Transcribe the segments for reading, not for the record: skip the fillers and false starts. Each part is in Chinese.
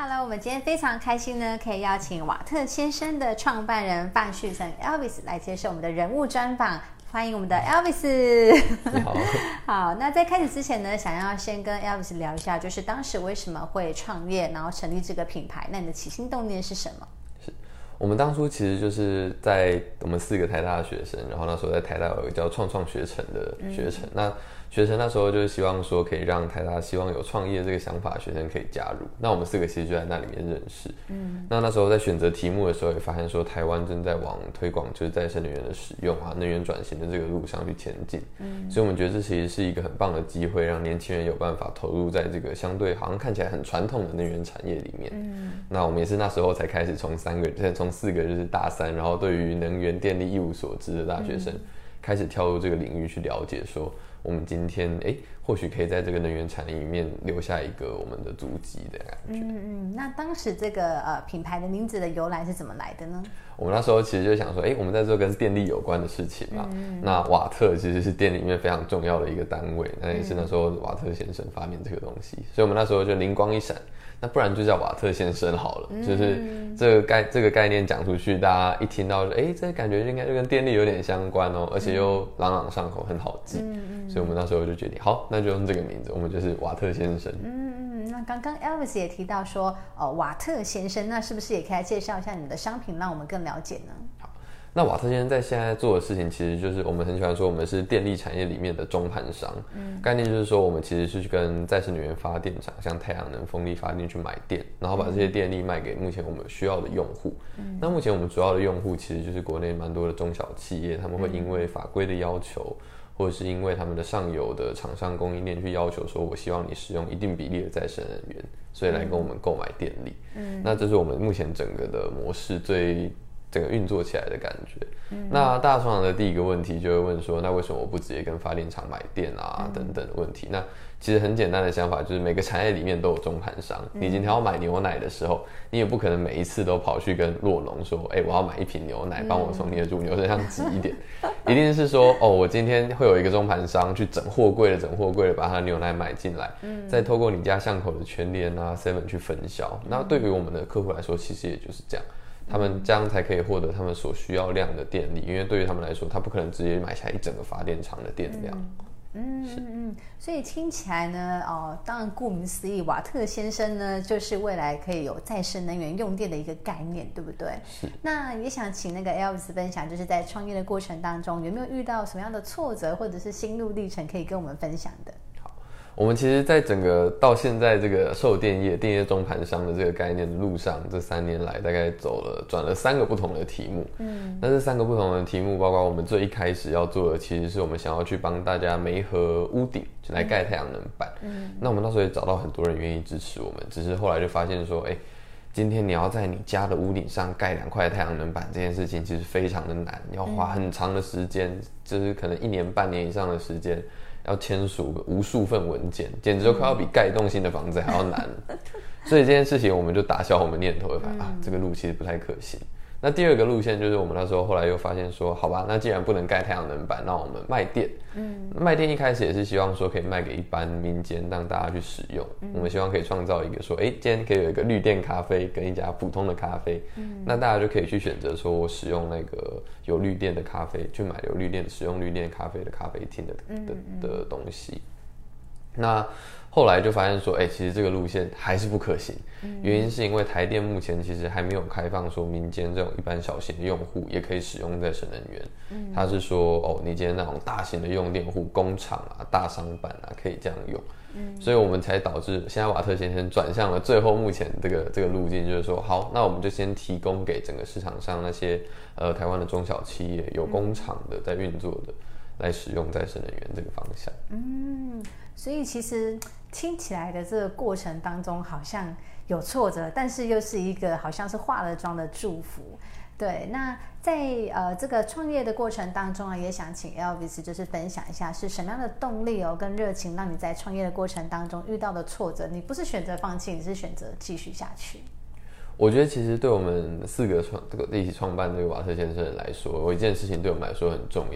Hello， 我们今天非常开心呢，可以邀请瓦特先生的创办人范旭成 Elvis 来接受我们的人物专访。欢迎我们的 Elvis。 你好。 好，那在开始之前呢，想要先跟 Elvis 聊一下，就是当时为什么会创业，然后成立这个品牌？那你的起心动念是什么？ 我们当初其实就是在我们4个台大的学生，然后那时候在台大有一个叫创学程的学程，那学程那时候就是希望说可以让台大希望有创业这个想法的学生可以加入，那我们4个其实就在那里面认识。那时候在选择题目的时候也发现说台湾正在往推广就是再生能源的使用啊，能源转型的这个路上去前进。所以我们觉得这其实是一个很棒的机会，让年轻人有办法投入在这个相对好像看起来很传统的能源产业里面。那我们也是那时候才开始从4个就是大3，然后对于能源电力一无所知的大学生，开始跳入这个领域去了解说我们今天或许可以在这个能源产业里面留下一个我们的足迹的感觉。 那当时这个品牌的名字的由来是怎么来的呢？ 我们那时候其实就想说我们在做跟电力有关的事情嘛。那瓦特其实是电力里面非常重要的一个单位，那也是那时候瓦特先生发明这个东西，所以我们那时候就灵光一闪，那不然就叫瓦特先生好了。就是这个概念讲出去，大家一听到这感觉应该就跟电力有点相关哦，而且又朗朗上口，很好记。所以我们那时候就决定，好，那就用这个名字，我们就是瓦特先生。 那刚刚 Elvis 也提到说，瓦特先生，那是不是也可以来介绍一下你们的商品，让我们更了解呢？ 好，那瓦特先生在现在做的事情，其实就是我们很喜欢说，我们是电力产业里面的中盘商。概念就是说，我们其实是去跟再生能源发电厂，像太阳能、风力发电去买电，然后把这些电力卖给目前我们需要的用户。那目前我们主要的用户其实就是国内蛮多的中小企业，他们会因为法规的要求，或者是因为他们的上游的厂商供应链去要求说，我希望你使用一定比例的再生能源，所以来跟我们购买电力。那这是我们目前整个的模式整个运作起来的感觉。那大创的第一个问题就会问说，那为什么我不直接跟发电厂买电啊等等的问题？那其实很简单的想法就是，每个产业里面都有中盘商。你今天要买牛奶的时候，你也不可能每一次都跑去跟酪农说，我要买1瓶牛奶，帮我从你的乳牛身上挤一点。一定是说，我今天会有一个中盘商去整货柜的把他的牛奶买进来，再透过你家巷口的全联啊 7 去分销。那对于我们的客户来说，其实也就是这样。他们这样才可以获得他们所需要量的电力，因为对于他们来说，他不可能直接买下一整个发电厂的电量。 所以听起来呢，当然顾名思义，瓦特先生呢，就是未来可以有再生能源用电的一个概念，对不对？ 是。 那也想请那个 Elvis 分享，就是在创业的过程当中，有没有遇到什么样的挫折或者是心路历程，可以跟我们分享的？ 我们其实在整个到现在这个售电业中盘商的这个概念的路上，这3年来大概转了3个不同的题目。那这3个不同的题目，包括我们最一开始要做的，其实是我们想要去帮大家媒合屋顶来盖太阳能板。那我们那时候也找到很多人愿意支持我们，只是后来就发现说，今天你要在你家的屋顶上盖2块太阳能板这件事情其实非常的难，要花很长的时间，就是可能1年半年以上的时间，要签署无数份文件，简直就快要比盖一栋新的房子还要难。所以这件事情我们就打消我们念头，这个路其实不太可行。那第二个路线就是我们那时候后来又发现说，好吧，那既然不能盖太阳能板，那我们卖电。卖电一开始也是希望说可以卖给一般民间，让大家去使用。我们希望可以创造一个说，今天可以有一个绿电咖啡跟一家普通的咖啡，那大家就可以去选择说我使用那个有绿电的咖啡，去买使用绿电咖啡的咖啡厅的东西。那后来就发现说，其实这个路线还是不可行。原因是因为台电目前其实还没有开放说民间这种一般小型的用户也可以使用再生能源。他是说，你今天那种大型的用电户、工厂啊、大商办啊，可以这样用。所以我们才导致现在瓦特先生转向了最后目前这个路径，就是说，好，那我们就先提供给整个市场上那些台湾的中小企业有工厂的在运作的，来使用再生能源这个方向。 所以其实听起来的这个过程当中好像有挫折，但是又是一个好像是化了妆的祝福。对，那在这个创业的过程当中也想请 Elvis 就是分享一下是什么样的动力跟热情，让你在创业的过程当中遇到的挫折，你不是选择放弃，你是选择继续下去。 我觉得其实对我们4个一起创办这个瓦特先生来说，有一件事情对我们来说很重要，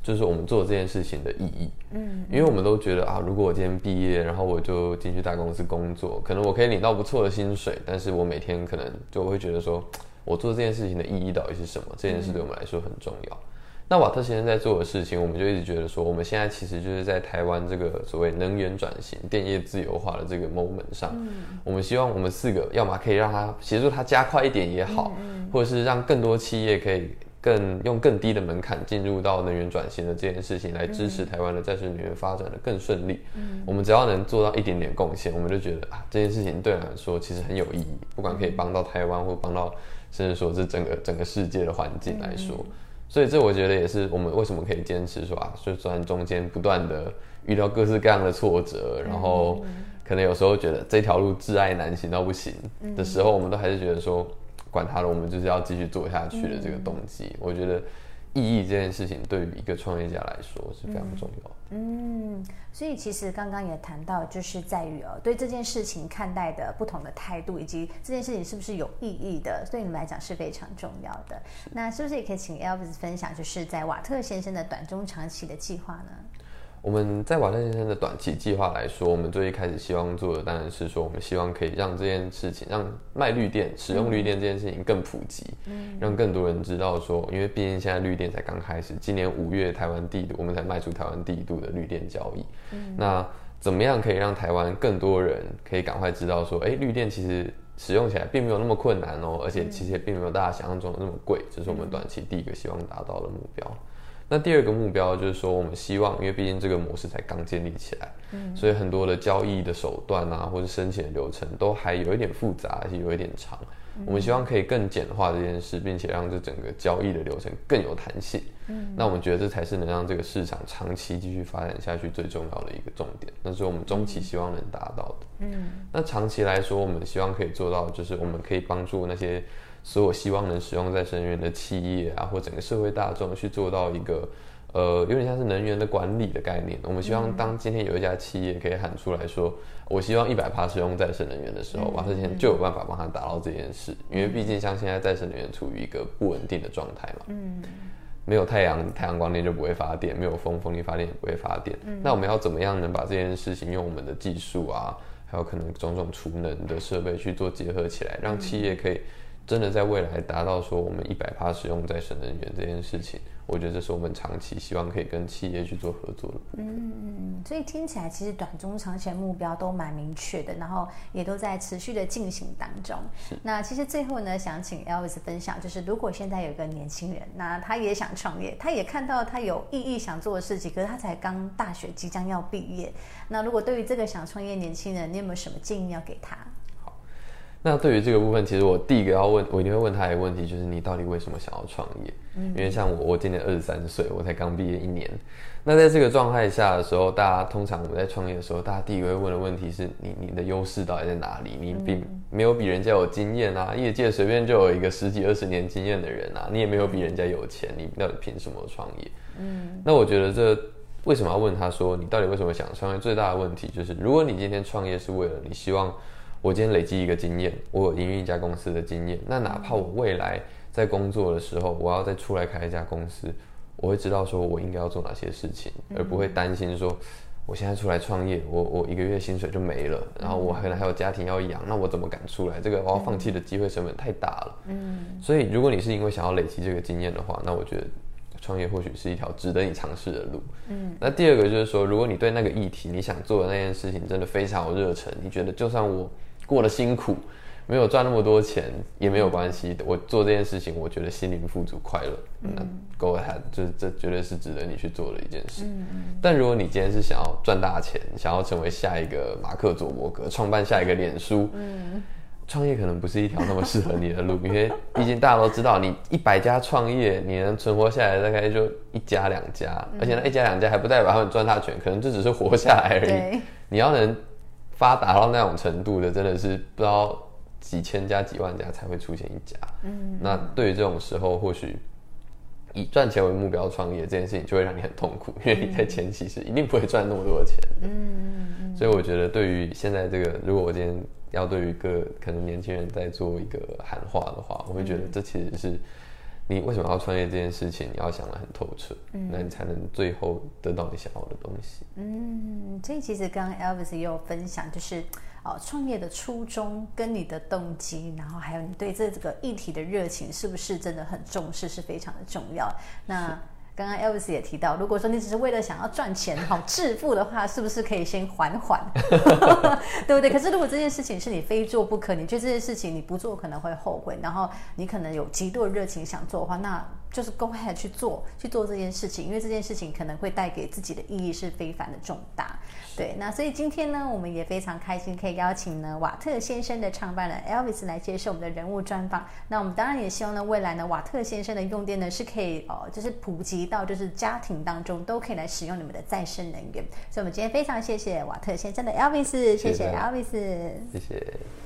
就是我们做这件事情的意义。因为我们都觉得如果我今天毕业，然后我就进去大公司工作，可能我可以领到不错的薪水，但是我每天可能就会觉得说，我做这件事情的意义到底是什么？这件事对我们来说很重要。那瓦特先生在做的事情，我们就一直觉得说，我们现在其实就是在台湾这个所谓能源转型、电业自由化的这个 moment 上，我们希望我们4个，要么可以让它协助它加快一点也好，或者是让更多企业可以用更低的门槛进入到能源转型的这件事情，来支持台湾的再生能源发展的更顺利。我们只要能做到一点点贡献，我们就觉得这件事情对我来说其实很有意义，不管可以帮到台湾，或帮到甚至说是整个世界的环境来说。所以这我觉得也是我们为什么可以坚持说就算中间不断的遇到各式各样的挫折，然后可能有时候觉得这条路挚爱难行到不行的时候，我们都还是觉得说管他了，我们就是要继续做下去的这个动机。我觉得意义这件事情对于一个创业家来说是非常重要的。 所以其实刚刚也谈到，就是在于对这件事情看待的不同的态度，以及这件事情是不是有意义的，对你们来讲是非常重要的。那是不是也可以请 Elvis 分享，就是在瓦特先生的短中长期的计划呢？ 我们在瓦特先生的短期计划来说，我们最一开始希望做的当然是说，我们希望可以让这件事情，让卖绿电、使用绿电这件事情更普及，让更多人知道说，因为毕竟现在绿电才刚开始，今年5月台湾我们才迈出台湾第1度的绿电交易。那怎么样可以让台湾更多人可以赶快知道说，绿电其实使用起来并没有那么困难哦，而且其实也并没有大家想象中的那么贵，这是我们短期第一个希望达到的目标。那第二个目标就是说，我们希望，因为毕竟这个模式才刚建立起来，所以很多的交易的手段或者申请的流程都还有一点复杂，而且有一点长。我们希望可以更简化这件事，并且让这整个交易的流程更有弹性。那我们觉得这才是能让这个市场长期继续发展下去最重要的一个重点，那是我们中期希望能达到的。那长期来说，我们希望可以做到，就是我们可以帮助那些所有希望能使用再生能源的企业或整个社会大众去做到一个有点像是能源的管理的概念。我们希望当今天有一家企业可以喊出来说，我希望100%使用再生能源的时候，瓦特先生就有办法帮他达到这件事。因为毕竟像现在再生能源处于一个不稳定的状态嘛，没有太阳光电就不会发电，没有风力发电也不会发电。那我们要怎么样能把这件事情用我们的技术还有可能种种储能的设备去做结合起来，让企业可以真的在未来达到说我们100%使用再生能源这件事情。我觉得这是我们长期希望可以跟企业去做合作的部分。 所以听起来其实短中长期的目标都蛮明确的，然后也都在持续的进行当中。那其实最后呢，想请 Elvis 分享，就是如果现在有一个年轻人，那他也想创业，他也看到他有意义想做的事情，可是他才刚大学即将要毕业，那如果对于这个想创业年轻人，你有没有什么建议要给他？ 那对于这个部分，其实我第一个我一定会问他一个问题，就是你到底为什么想要创业？因为像我今年23岁，我才刚毕业1年。那在这个状态下的时候，大家通常我们在创业的时候，大家第一个会问的问题是你的优势到底在哪里？你没有比人家有经验业界随便就有一个10几20年经验的人你也没有比人家有钱，你到底凭什么创业？那我觉得这为什么要问他说你到底为什么想创业？最大的问题就是，如果你今天创业是为了你希望我今天累积一个经验，我有营运一家公司的经验，那哪怕我未来在工作的时候，我要再出来开一家公司，我会知道说我应该要做哪些事情，而不会担心说我现在出来创业，我1个月薪水就没了，然后我可能还有家庭要养，那我怎么敢出来？这个我要放弃的机会成本太大了。所以如果你是因为想要累积这个经验的话，那我觉得创业或许是一条值得你尝试的路。那第二个就是说，如果你对那个议题你想做的那件事情真的非常有热忱，你觉得就算我过得辛苦，没有赚那么多钱也没有关系的，我做这件事情我觉得心灵富足快乐，那 go ahead， 这绝对是值得你去做的一件事。但如果你今天是想要赚大钱，想要成为下一个马克佐伯格，创办下一个脸书，创业可能不是一条那么适合你的路，因为毕竟大家都知道，你100家创业，你能存活下来大概就1家2家，而且那1家2家还不代表他们赚大钱，可能就只是活下来而已。你要能发达到那种程度的，真的是不知道几千家几万家才会出现1家。那对于这种时候，或许以赚钱为目标创业这件事情就会让你很痛苦，因为你在前期是一定不会赚那么多的钱的。所以我觉得对于现在这个，如果我今天要对于一个可能年轻人在做一个喊话的话，我会觉得这其实是你为什么要创业这件事情，你要想得很透彻，那你才能最后得到你想要的东西。 所以其实刚刚 Elvis 也有分享，就是创业的初衷跟你的动机，然后还有你对这个议题的热情是不是真的很重视，是非常的重要。那刚刚 Elvis 也提到，如果说你只是为了想要赚钱致富的话，是不是可以先缓缓对不对？可是如果这件事情是你非做不可，你觉得这件事情你不做可能会后悔，然后你可能有极度的热情想做的话，那就是 go ahead 去做这件事情，因为这件事情可能会带给自己的意义是非凡的重大。对，那所以今天呢，我们也非常开心可以邀请呢瓦特先生的创办人 Elvis 来接受我们的人物专访。那我们当然也希望呢，未来呢瓦特先生的用电呢是可以就是普及到就是家庭当中都可以来使用你们的再生能源。所以我们今天非常谢谢瓦特先生的 Elvis， 谢谢 Elvis， 谢谢。